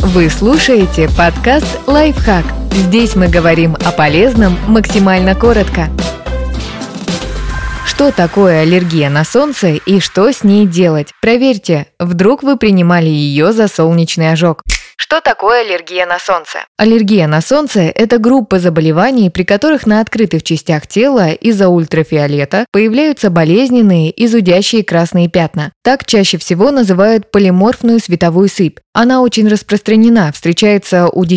Вы слушаете подкаст «Лайфхак». Здесь мы говорим о полезном максимально коротко. Что такое аллергия на солнце и что с ней делать? Проверьте, вдруг вы принимали ее за солнечный ожог. Что такое аллергия на солнце? Аллергия на солнце – это группа заболеваний, при которых на открытых частях тела из-за ультрафиолета появляются болезненные и зудящие красные пятна. Так чаще всего называют полиморфную световую сыпь. Она очень распространена, встречается у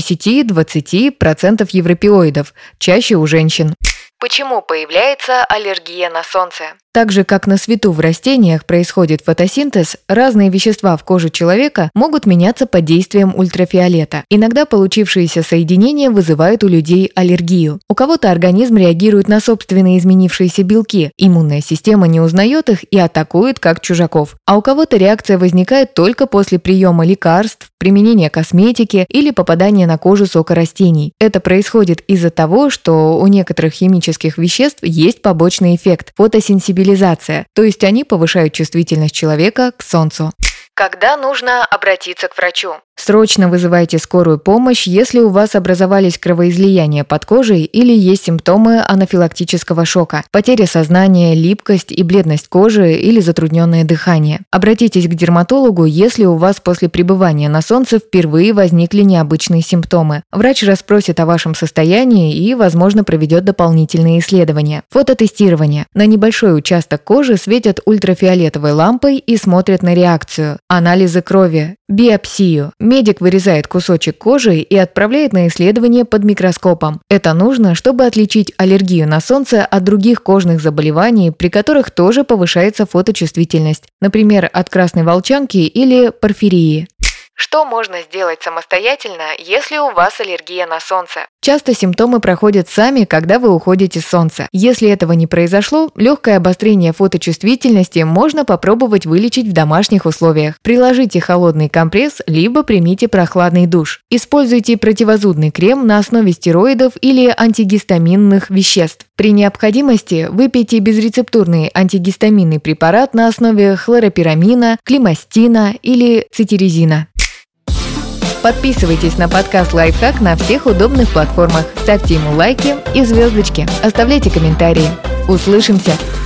10-20% европеоидов, чаще у женщин. Почему появляется аллергия на солнце? Так же, как на свету в растениях происходит фотосинтез, разные вещества в коже человека могут меняться под действием ультрафиолета. Иногда получившиеся соединения вызывают у людей аллергию. У кого-то организм реагирует на собственные изменившиеся белки, иммунная система не узнает их и атакует как чужаков. А у кого-то реакция возникает только после приема лекарств, применения косметики или попадания на кожу сока растений. Это происходит из-за того, что у некоторых химических веществ есть побочный эффект – фотосенсибилизация, то есть они повышают чувствительность человека к солнцу. Когда нужно обратиться к врачу? Срочно вызывайте скорую помощь, если у вас образовались кровоизлияния под кожей или есть симптомы анафилактического шока, потеря сознания, липкость и бледность кожи или затрудненное дыхание. Обратитесь к дерматологу, если у вас после пребывания на солнце впервые возникли необычные симптомы. Врач расспросит о вашем состоянии и, возможно, проведет дополнительные исследования. Фототестирование. На небольшой участок кожи светят ультрафиолетовой лампой и смотрят на реакцию. Анализы крови. Биопсию. Медик вырезает кусочек кожи и отправляет на исследование под микроскопом. Это нужно, чтобы отличить аллергию на солнце от других кожных заболеваний, при которых тоже повышается фоточувствительность, например, от красной волчанки или порфирии. Что можно сделать самостоятельно, если у вас аллергия на солнце? Часто симптомы проходят сами, когда вы уходите с солнца. Если этого не произошло, легкое обострение фоточувствительности можно попробовать вылечить в домашних условиях. Приложите холодный компресс, либо примите прохладный душ. Используйте противозудный крем на основе стероидов или антигистаминных веществ. При необходимости выпейте безрецептурный антигистаминный препарат на основе хлоропирамина, климастина или цитиризина. Подписывайтесь на подкаст «Лайфхак» на всех удобных платформах, ставьте ему лайки и звездочки, оставляйте комментарии. Услышимся!